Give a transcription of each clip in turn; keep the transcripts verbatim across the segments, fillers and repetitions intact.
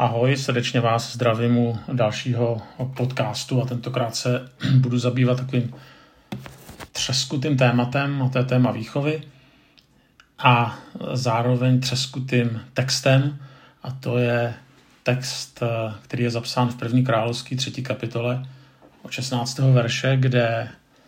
Ahoj, srdečně vás zdravím u dalšího podcastu a tentokrát se budu zabývat takovým třeskutým tématem, a to je téma výchovy a zároveň třeskutým textem, a to je text, který je zapsán v první královský třetí kapitole od šestnáctého verše, kde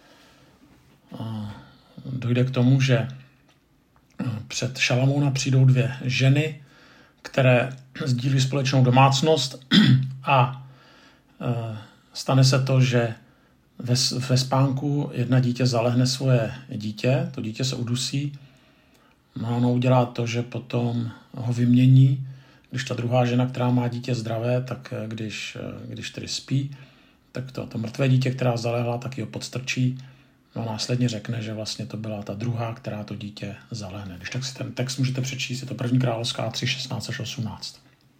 dojde k tomu, že před Šalamouna přijdou dvě ženy, které sdílí společnou domácnost a e, stane se to, že ve, ve spánku jedna dítě zalehne svoje dítě, to dítě se udusí, no a ono udělá to, že potom ho vymění, když ta druhá žena, která má dítě zdravé, tak když, když tedy spí, tak to, to mrtvé dítě, která zalehla, tak ji ho podstrčí. No a následně řekne, že vlastně to byla ta druhá, která to dítě zalehne. Když tak si ten text můžete přečíst, je to první královská tři, šestnáct až osmnáct.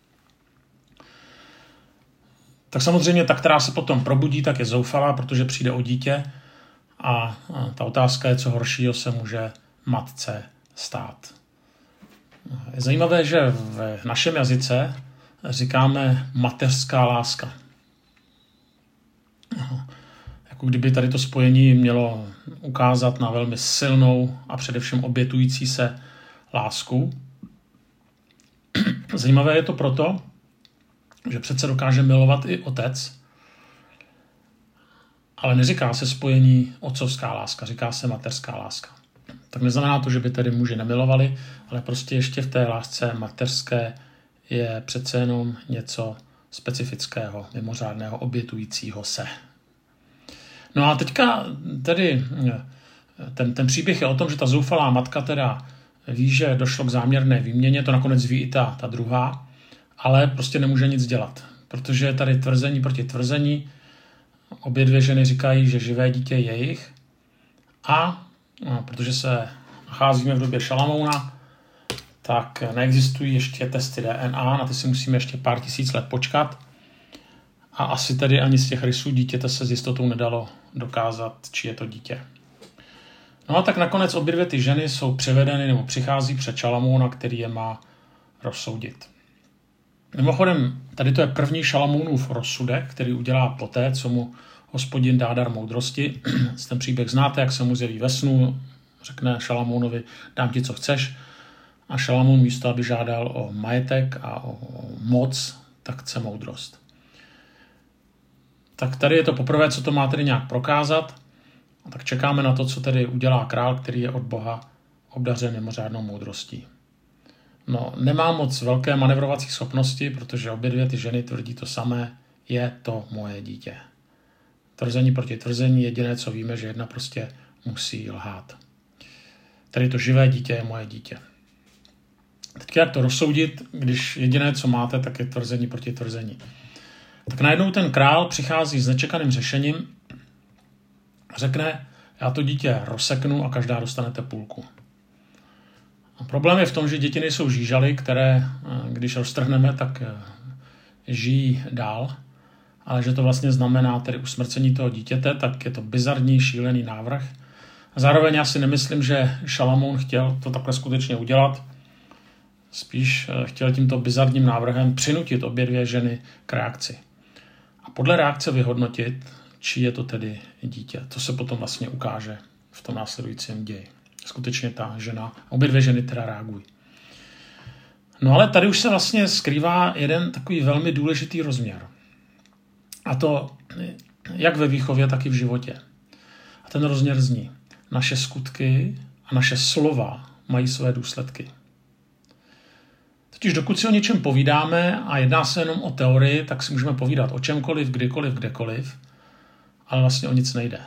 Tak samozřejmě ta, která se potom probudí, tak je zoufalá, protože přijde o dítě a ta otázka je, co horšího se může matce stát. Je zajímavé, že v našem jazyce říkáme mateřská láska. Jako kdyby tady to spojení mělo ukázat na velmi silnou a především obětující se lásku. Zajímavé je to proto, že přece dokáže milovat i otec, ale neříká se spojení otcovská láska, říká se mateřská láska. Tak neznamená to, že by tedy muži nemilovali, ale prostě ještě v té lásce mateřské je přece jenom něco specifického, mimořádného, obětujícího se. No a teďka tedy ten, ten příběh je o tom, že ta zoufalá matka teda ví, že došlo k záměrné výměně, to nakonec ví i ta, ta druhá, ale prostě nemůže nic dělat, protože je tady tvrzení proti tvrzení, obě dvě ženy říkají, že živé dítě je jejich a no, protože se nacházíme v době Šalamouna, tak neexistují ještě testy D N A, na ty si musíme ještě pár tisíc let počkat a asi tedy ani z těch rysů dítěte se s jistotou nedalo dokázat, či je to dítě. No a tak nakonec obě dvě ty ženy jsou převedeny nebo přichází před Šalamouna, který je má rozsoudit. Mimochodem, tady to je první Šalamounův rozsudek, který udělá poté, co mu Hospodin dá dar moudrosti. Ten příběh znáte, jak se mu zjeví ve snu, řekne Šalamounovi, dám ti, co chceš. A Šalamoun místo, aby žádal o majetek a o moc, tak chce moudrost. Tak tady je to poprvé, co to má tedy nějak prokázat. A tak čekáme na to, co tedy udělá král, který je od Boha obdařen mimořádnou moudrostí. No, nemá moc velké manevrovací schopnosti, protože obě dvě ty ženy tvrdí to samé, je to moje dítě. Tvrzení proti tvrzení, jediné, co víme, že jedna prostě musí lhát. Tedy to živé dítě je moje dítě. Teď jak to rozsoudit, když jediné, co máte, tak je tvrzení proti tvrzení. Tak najednou ten král přichází s nečekaným řešením a řekne, já to dítě rozseknu a každá dostanete půlku. A problém je v tom, že děti nejsou žížaly, které, když roztrhneme, tak žijí dál, ale že to vlastně znamená tedy usmrcení toho dítěte, tak je to bizarní, šílený návrh. A zároveň já si nemyslím, že Šalamoun chtěl to takhle skutečně udělat. Spíš chtěl tímto bizarním návrhem přinutit obě dvě ženy k reakci. A podle reakce vyhodnotit, či je to tedy dítě. To se potom vlastně ukáže v tom následujícím ději. Skutečně ta žena, obě dvě ženy teda reagují. No ale tady už se vlastně skrývá jeden takový velmi důležitý rozměr. A to jak ve výchově, tak i v životě. A ten rozměr zní, naše skutky a naše slova mají své důsledky. Totiž dokud si o něčem povídáme a jedná se jenom o teorii, tak si můžeme povídat o čemkoliv, kdykoliv, kdekoliv, ale vlastně o nic nejde.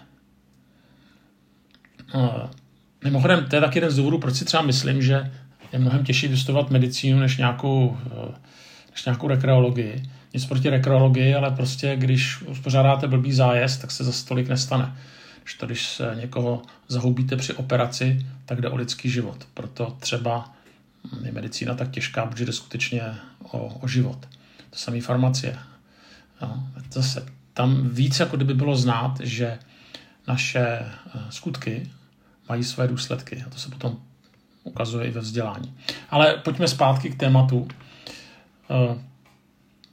Mimochodem, to je tak jeden z důvodů, proč si třeba myslím, že je mnohem těžší vystudovat medicínu než nějakou, než nějakou rekreologii. Nic proti rekreologii, ale prostě když uspořádáte blbý zájezd, tak se za tolik nestane. Když to, když se někoho zahubíte při operaci, tak jde o lidský život. Proto třeba je medicína tak těžká, protože jde skutečně o, o život. To samé farmacie. No, zase, tam víc jako kdyby bylo znát, že naše skutky mají své důsledky. A to se potom ukazuje i ve vzdělání. Ale pojďme zpátky k tématu.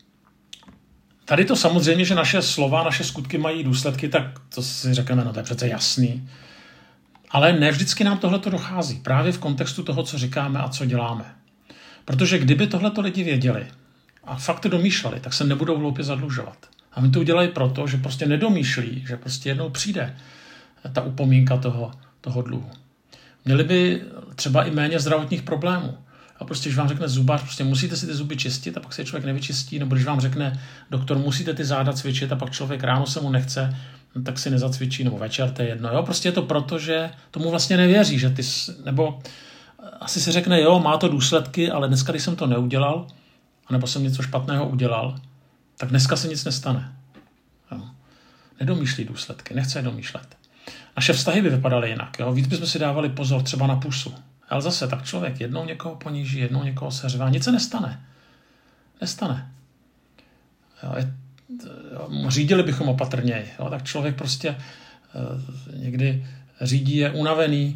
tady to samozřejmě, že naše slova, naše skutky mají důsledky, tak to si řekneme, no to je přece jasný. Ale ne vždycky nám tohleto dochází. Právě v kontextu toho, co říkáme a co děláme. Protože kdyby tohleto lidi věděli a fakt to domýšleli, tak se nebudou hloupě zadlužovat. A my to udělají proto, že prostě nedomýšlí, že prostě jednou přijde ta upomínka toho, toho dluhu. Měli by třeba i méně zdravotních problémů. A prostě, když vám řekne zubař, prostě musíte si ty zuby čistit a pak se člověk nevyčistí, nebo když vám řekne doktor, musíte ty záda cvičit a pak člověk ráno se mu nechce, no, tak si nezacvičí, nebo večer, to je jedno. Jo? Prostě je to proto, že tomu vlastně nevěří, že ty, nebo asi si řekne, jo, má to důsledky, ale dneska, když jsem to neudělal, anebo jsem něco špatného udělal, tak dneska se nic nestane. Jo? Nedomýšlí důsledky, nechce je domýšlet. Naše vztahy by vypadaly jinak. Jo? Víc bychom si dávali pozor třeba na pusu. Ale zase, tak člověk jednou někoho poníží, jednou někoho seřve a nic se nestane. Nestane. Jo, je, jo, řídili bychom opatrněji. Jo, tak člověk prostě uh, někdy řídí, je unavený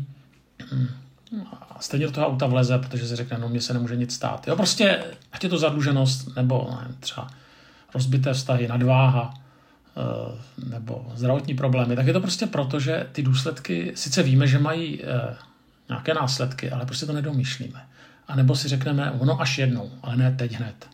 a stejně do toho auta vleze, protože si řekne, no mně se nemůže nic stát. Jo, prostě, ať je to zadluženost, nebo nevím, třeba rozbité vztahy, nadváha, uh, nebo zdravotní problémy, tak je to prostě proto, že ty důsledky, sice víme, že mají uh, nějaké následky, ale prostě to nedomýšlíme. A nebo si řekneme, ono až jednou, ale ne teď hned.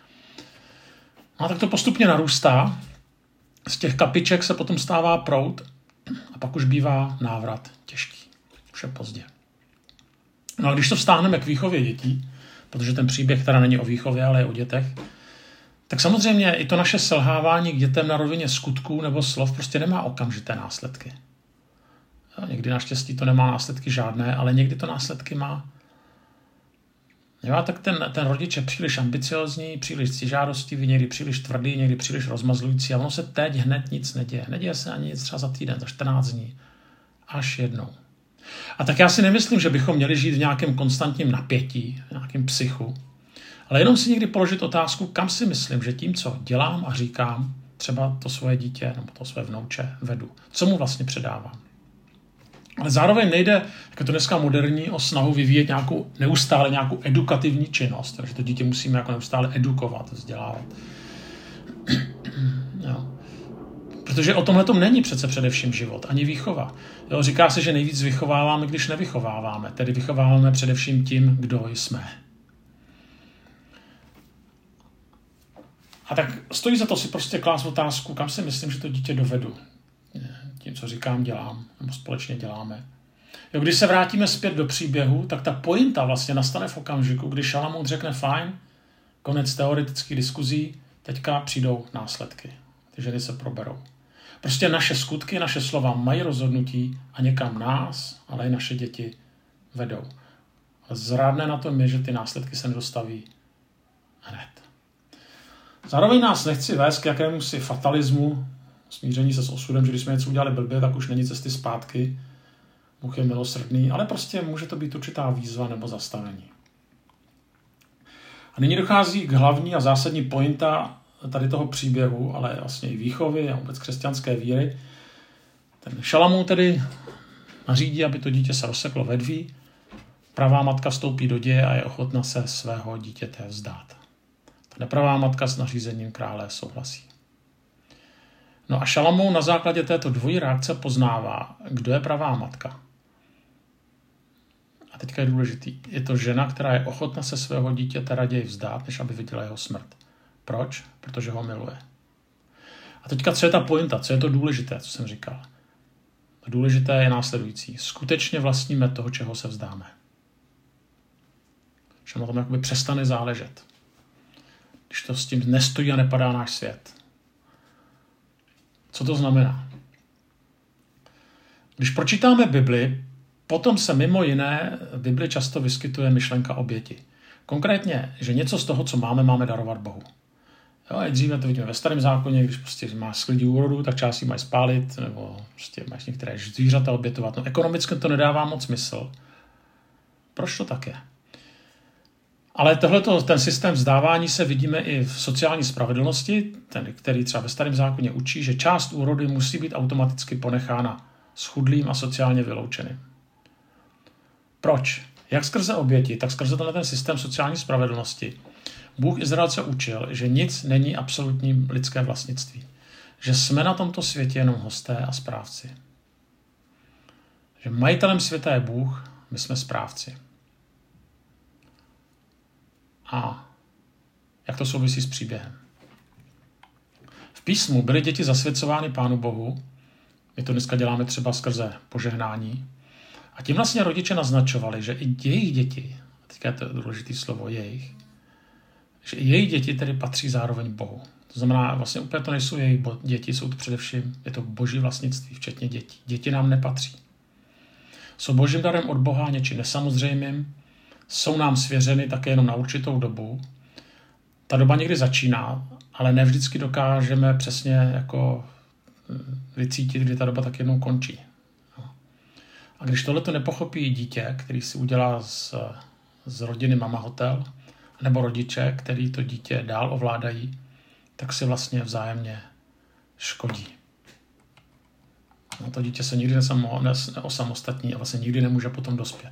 No a tak to postupně narůstá. Z těch kapiček se potom stává proud a pak už bývá návrat těžký. Už je pozdě. No a když to vztáhneme k výchově dětí, protože ten příběh teda není o výchově, ale je o dětech, tak samozřejmě i to naše selhávání k dětem na rovině skutků nebo slov prostě nemá okamžité následky. Jo, někdy naštěstí to nemá následky žádné, ale někdy to následky má. Jo, a tak ten, ten rodič je příliš ambiciozní, příliš ctižádostivý, někdy příliš tvrdý, někdy příliš rozmazlující a ono se teď hned nic neděje. Neděje se ani nic třeba za týden, za čtrnáct dní. Až jednou. A tak já si nemyslím, že bychom měli žít v nějakém konstantním napětí, v nějakém psychu, ale jenom si někdy položit otázku, kam si myslím, že tím, co dělám a říkám, třeba to svoje dítě nebo to své vnouče vedu. Co mu vlastně předávám. Ale zároveň nejde, jak je to dneska moderní, o snahu vyvíjet nějakou neustále nějakou edukativní činnost, takže to dítě musíme jako neustále edukovat, vzdělávat. Jo. Protože o tomhletom není přece především život, ani výchova. Jo, říká se, že nejvíc vychováváme, když nevychováváme, tedy vychováváme především tím, kdo jsme. A tak stojí za to si prostě klást otázku, kam si myslím, že to dítě dovedu. Tím, co říkám, dělám, nebo společně děláme. Jo, když se vrátíme zpět do příběhu, tak ta pointa vlastně nastane v okamžiku, kdy Šalamoun řekne fajn, konec teoretických diskuzí, teďka přijdou následky. Ty ženy se proberou. Prostě naše skutky, naše slova mají rozhodnutí a někam nás, ale i naše děti vedou. A zrádné na tom je, že ty následky se nedostaví hned. Zároveň nás nechci vést k jakému si fatalismu, smíření se s osudem, že když jsme něco udělali blbě, tak už není cesty zpátky. Bůh je milosrdný, ale prostě může to být určitá výzva nebo zastavení. A nyní dochází k hlavní a zásadní pointa tady toho příběhu, ale vlastně i výchovy a vůbec křesťanské víry. Ten Šalamoun tedy nařídí, aby to dítě se rozseklo vedví. Pravá matka vstoupí do děje a je ochotna se svého dítěte vzdát. Ta nepravá matka s nařízením krále souhlasí. No a Šalamoun na základě této dvojí reakce poznává, kdo je pravá matka. A teďka je důležitý. Je to žena, která je ochotna se svého dítěte raději vzdát, než aby viděla jeho smrt. Proč? Protože ho miluje. A teďka, co je ta pointa? Co je to důležité, co jsem říkal? To důležité je následující. Skutečně vlastníme toho, čeho se vzdáme. Že na tom jakoby přestane záležet. Když to s tím nestojí a nepadá náš svět. Co to znamená? Když pročítáme Bibli, potom se mimo jiné v Bibli často vyskytuje myšlenka oběti. Konkrétně, že něco z toho, co máme, máme darovat Bohu. Jo, a dříve to vidíme ve Starém zákoně, když prostě má sklidí úrodu, tak část mají spálit, nebo prostě máš některé zvířata obětovat. No, ekonomicky to nedává moc smysl. Proč to tak je? Ale tohleto, ten systém vzdávání se vidíme i v sociální spravedlnosti, ten, který třeba ve Starém zákoně učí, že část úrody musí být automaticky ponechána schudlým a sociálně vyloučeným. Proč? Jak skrze oběti, tak skrze tenhle ten systém sociální spravedlnosti Bůh Izraelce učil, že nic není absolutní lidské vlastnictví. Že jsme na tomto světě jenom hosté a správci. Že majitelem světa je Bůh, my jsme správci. A jak to souvisí s příběhem? V písmu byly děti zasvěcovány Pánu Bohu. My to dneska děláme třeba skrze požehnání. A tím vlastně rodiče naznačovali, že i jejich děti, teďka je to důležité slovo jejich, že i jejich děti tedy patří zároveň Bohu. To znamená, vlastně úplně to nejsou jejich děti, jsou to především, je to boží vlastnictví, včetně dětí. Děti nám nepatří. Jsou božím darem od Boha, něčím nesamozřejmým, jsou nám svěřeny také jenom na určitou dobu. Ta doba někdy začíná, ale ne vždycky dokážeme přesně jako vycítit, kdy ta doba tak jednou končí. A když tohleto nepochopí dítě, který si udělá z, z rodiny mama hotel, nebo rodiče, který to dítě dál ovládají, tak si vlastně vzájemně škodí. No, to dítě se nikdy neosamostatní a vlastně nikdy nemůže potom dospět.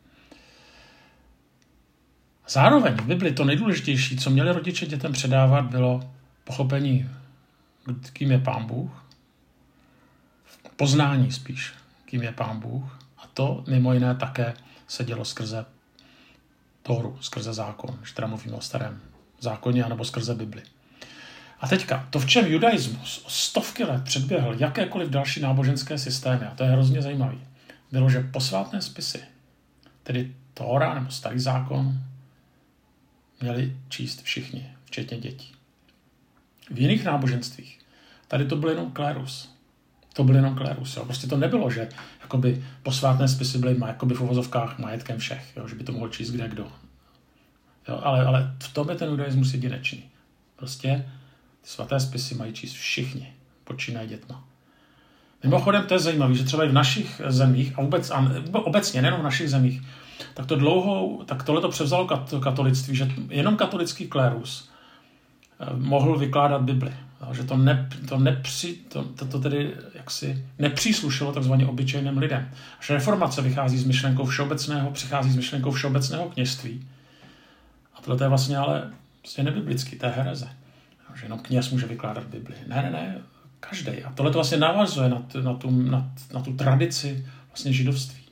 Zároveň v Bibli to nejdůležitější, co měli rodiče dětem předávat, bylo pochopení, kým je Pán Bůh, poznání spíš, kým je Pán Bůh. A to mimo jiné také se dělo skrze Tóru, skrze zákon, když teda mluvíme o starém zákoně, anebo skrze Bibli. A teďka, to v čem judaismus stovky let předběhl jakékoliv další náboženské systémy, a to je hrozně zajímavé, bylo, že posvátné spisy, tedy Tóra nebo starý zákon, měli číst všichni, včetně dětí. V jiných náboženstvích tady to byl jenom klérus. To byl jenom klérus. Jo. Prostě to nebylo, že jakoby posvátné spisy byly jakoby v uvozovkách majetkem všech, jo, že by to mohl číst kde kdo. Jo, ale, ale v tom je ten judaismus jedinečný. Prostě ty svaté spisy mají číst všichni, počínají dětma. Mimochodem, to je zajímavé, že třeba i v našich zemích, a vůbec a obecně, nejenom v našich zemích, tak to dlouhou, tak tohle to převzalo katolictví, že jenom katolický klérus mohl vykládat Bibli. Že to, ne, to, nepři, to, to, to tedy jaksi nepříslušilo takzvaně obyčejným lidem. Až reformace vychází z myšlenkou všeobecného, přichází z myšlenkou všeobecného kněžství. A tohle je vlastně ale vlastně nebiblický, to je hereze. Že jenom kněz může vykládat Bibli. Ne, ne, ne, každej. A tohle to vlastně navazuje na tu, na tu, na, na tu tradici vlastně židovství.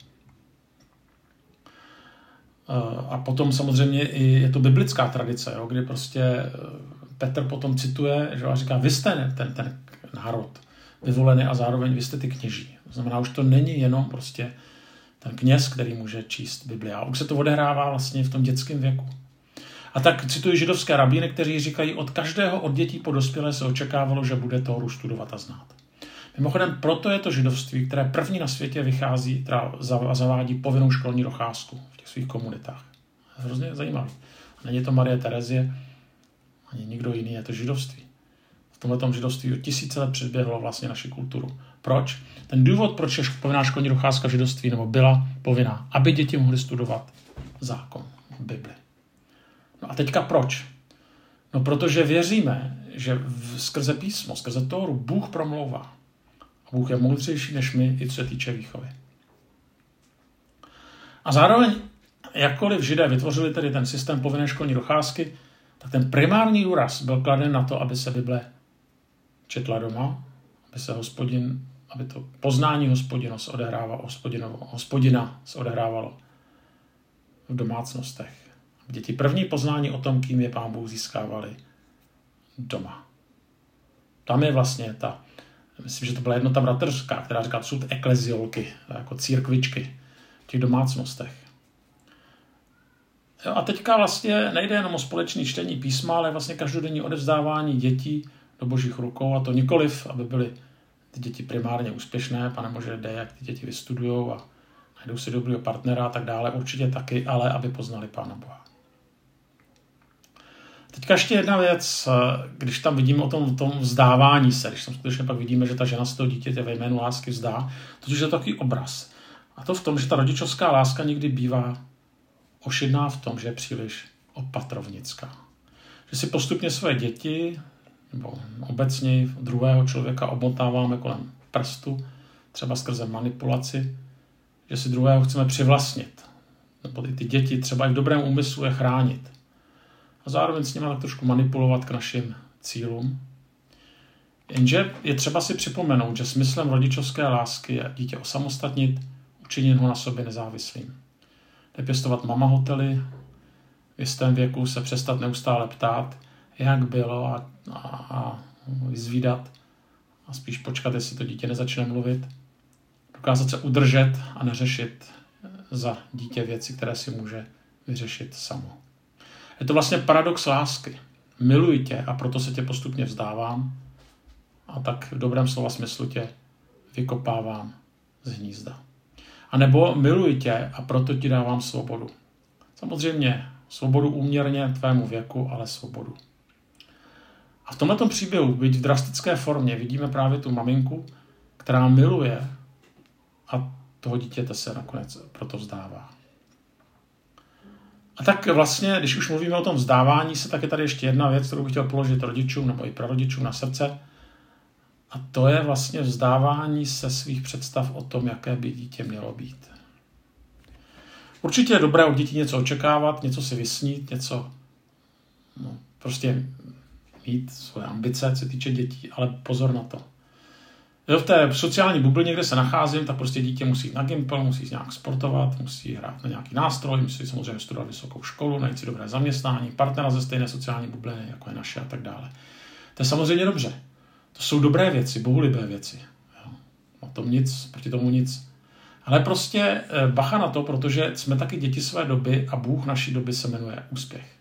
A potom samozřejmě i je to biblická tradice, jo, kdy prostě Petr potom cituje, že a říká, vy jste ten, ten národ vyvolený a zároveň vy jste ty kněží. To znamená, už to není jenom prostě ten kněz, který může číst Bibli. A už se to odehrává vlastně v tom dětském věku. A tak cituji židovské rabíny, kteří říkají, od každého od dětí po dospělé se očekávalo, že bude Tóru studovat a znát. Mimochodem, proto je to židovství, které první na světě vychází teda zavádí povinnou školní docházku v těch svých komunitách. Je hrozně zajímavý. A není to Marie Terezie, ani nikdo jiný, je to židovství. V tomhletom židovství tisíce let předběhlo vlastně naši kulturu. Proč? Ten důvod, proč je povinná školní docházka v židovství, nebo byla povinná, aby děti mohly studovat zákon, Bibli. No a teďka proč? No protože věříme, že v, skrze písmo, skrze Tóru Bůh promlouvá. A Bůh je moudřejší než my, i co se týče výchovy. A zároveň, jakkoliv Židé vytvořili tedy ten systém povinné školní docházky, tak ten primární důraz byl kladen na to, aby se Bible četla doma, aby se hospodin, aby to poznání hospodina se odehrávalo, hospodina se odehrávalo v domácnostech. Děti první poznání o tom, kým je Pán Bůh, získávali doma. Tam je vlastně ta, myslím, že to byla jednota bratrská, která říká, to jsou ty ekleziolky, jako církvičky v těch domácnostech. Jo, a teďka vlastně nejde jenom o společné čtení písma, ale vlastně každodenní odevzdávání dětí do božích rukou, a to nikoliv, aby byly ty děti primárně úspěšné, pane Bože, jde, jak ty děti vystudujou a najdou si dobrýho partnera a tak dále, určitě taky, ale aby poznali Pána Boha. Teďka ještě jedna věc, když tam vidíme o tom, tom vzdávání se, když tam skutečně pak vidíme, že ta žena z toho dítěte ve jménu lásky vzdá, totiž je to takový obraz. A to v tom, že ta rodičovská láska někdy bývá ošidná v tom, že je příliš opatrovnická. Že si postupně své děti, nebo obecně druhého člověka omotáváme kolem prstu, třeba skrze manipulaci, že si druhého chceme přivlastnit. Nebo ty děti třeba i v dobrém úmyslu je chránit. a zároveň s nimi tak trošku manipulovat k našim cílům. Jenže je třeba si připomenout, že smyslem rodičovské lásky je dítě osamostatnit, učinit ho na sobě nezávislým. Nepěstovat mama hotely, v jistém věku se přestat neustále ptát, jak bylo a, a, a vyzvídat a spíš počkat, jestli to dítě nezačne mluvit. Dokázat se udržet a neřešit za dítě věci, které si může vyřešit samo. Je to vlastně paradox lásky. Miluji tě a proto se tě postupně vzdávám a tak v dobrém slova smyslu tě vykopávám z hnízda. A nebo miluji tě a proto ti dávám svobodu. Samozřejmě svobodu úměrně tvému věku, ale svobodu. A v tomto příběhu, byť v drastické formě, vidíme právě tu maminku, která miluje a toho dítěte se nakonec proto vzdává. A tak vlastně, když už mluvíme o tom vzdávání se, tak je tady ještě jedna věc, kterou bych chtěl položit rodičům nebo i prarodičům na srdce. A to je vlastně vzdávání se svých představ o tom, jaké by dítě mělo být. Určitě je dobré od dětí něco očekávat, něco si vysnít, něco no, prostě mít svoje ambice, co se týče dětí, ale pozor na to. Jo, v té sociální bublině, kde se nacházím, tak prostě dítě musí jít na gympl, musí nějak sportovat, musí hrát na nějaký nástroj, musí samozřejmě studovat vysokou školu, najít si dobré zaměstnání, partnera ze stejné sociální bubliny, jako je naše a tak dále. To je samozřejmě dobře. To jsou dobré věci, bohulibé věci. Jo. O tom nic, proti tomu nic. Ale prostě bacha na to, protože jsme taky děti své doby a Bůh naší doby se jmenuje úspěch.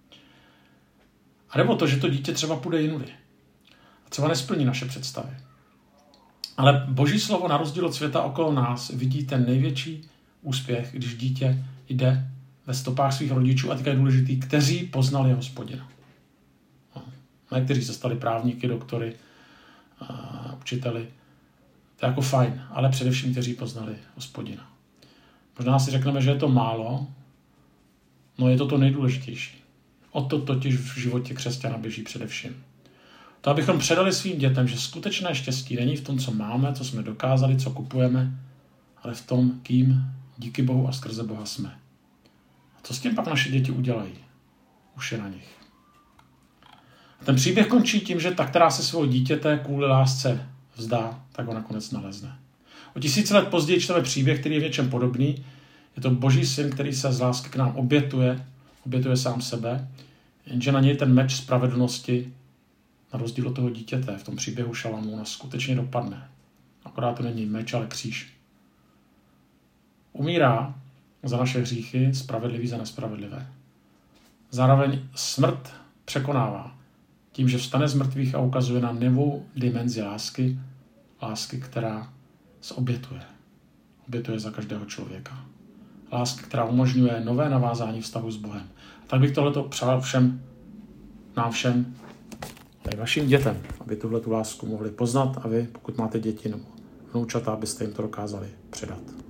A nebo to, že to dítě třeba půjde jinudy. A třeba nesplní naše představy. Ale Boží slovo na rozdíl od světa okolo nás vidí ten největší úspěch, když dítě jde ve stopách svých rodičů a teďka je důležitý, kteří poznali Hospodina. No, ne, kteří se stali právníky, doktory, a učiteli. To je jako fajn, ale především, kteří poznali Hospodina. Možná si řekneme, že je to málo, no je to to nejdůležitější. O to totiž v životě křesťana běží především. To, abychom předali svým dětem, že skutečné štěstí není v tom, co máme, co jsme dokázali, co kupujeme, ale v tom, kým díky Bohu a skrze Boha jsme. A co s tím pak naše děti udělají? Už je na nich. A ten příběh končí tím, že ta, která se svého dítěte kvůli lásce vzdá, tak ho nakonec nalezne. O tisíce let později čteme příběh, který je v něčem podobný. Je to Boží syn, který se z lásky k nám obětuje, obětuje sám sebe, jenže na něj ten meč spravedlnosti na rozdíl od toho dítěte v tom příběhu Šalamúna skutečně dopadne. Akorát to není meč, ale kříž. Umírá za naše hříchy, spravedlivý za nespravedlivé. Zároveň smrt překonává tím, že vstane z mrtvých a ukazuje nám novou dimenzi lásky, lásky, která se obětuje. Obětuje za každého člověka. Láska, která umožňuje nové navázání vztahu s Bohem. A tak bych tohleto přál všem, nám všem, tak vašim dětem, aby tuhle tu lásku mohli poznat a vy, pokud máte děti nebo vnoučata, abyste jim to dokázali předat.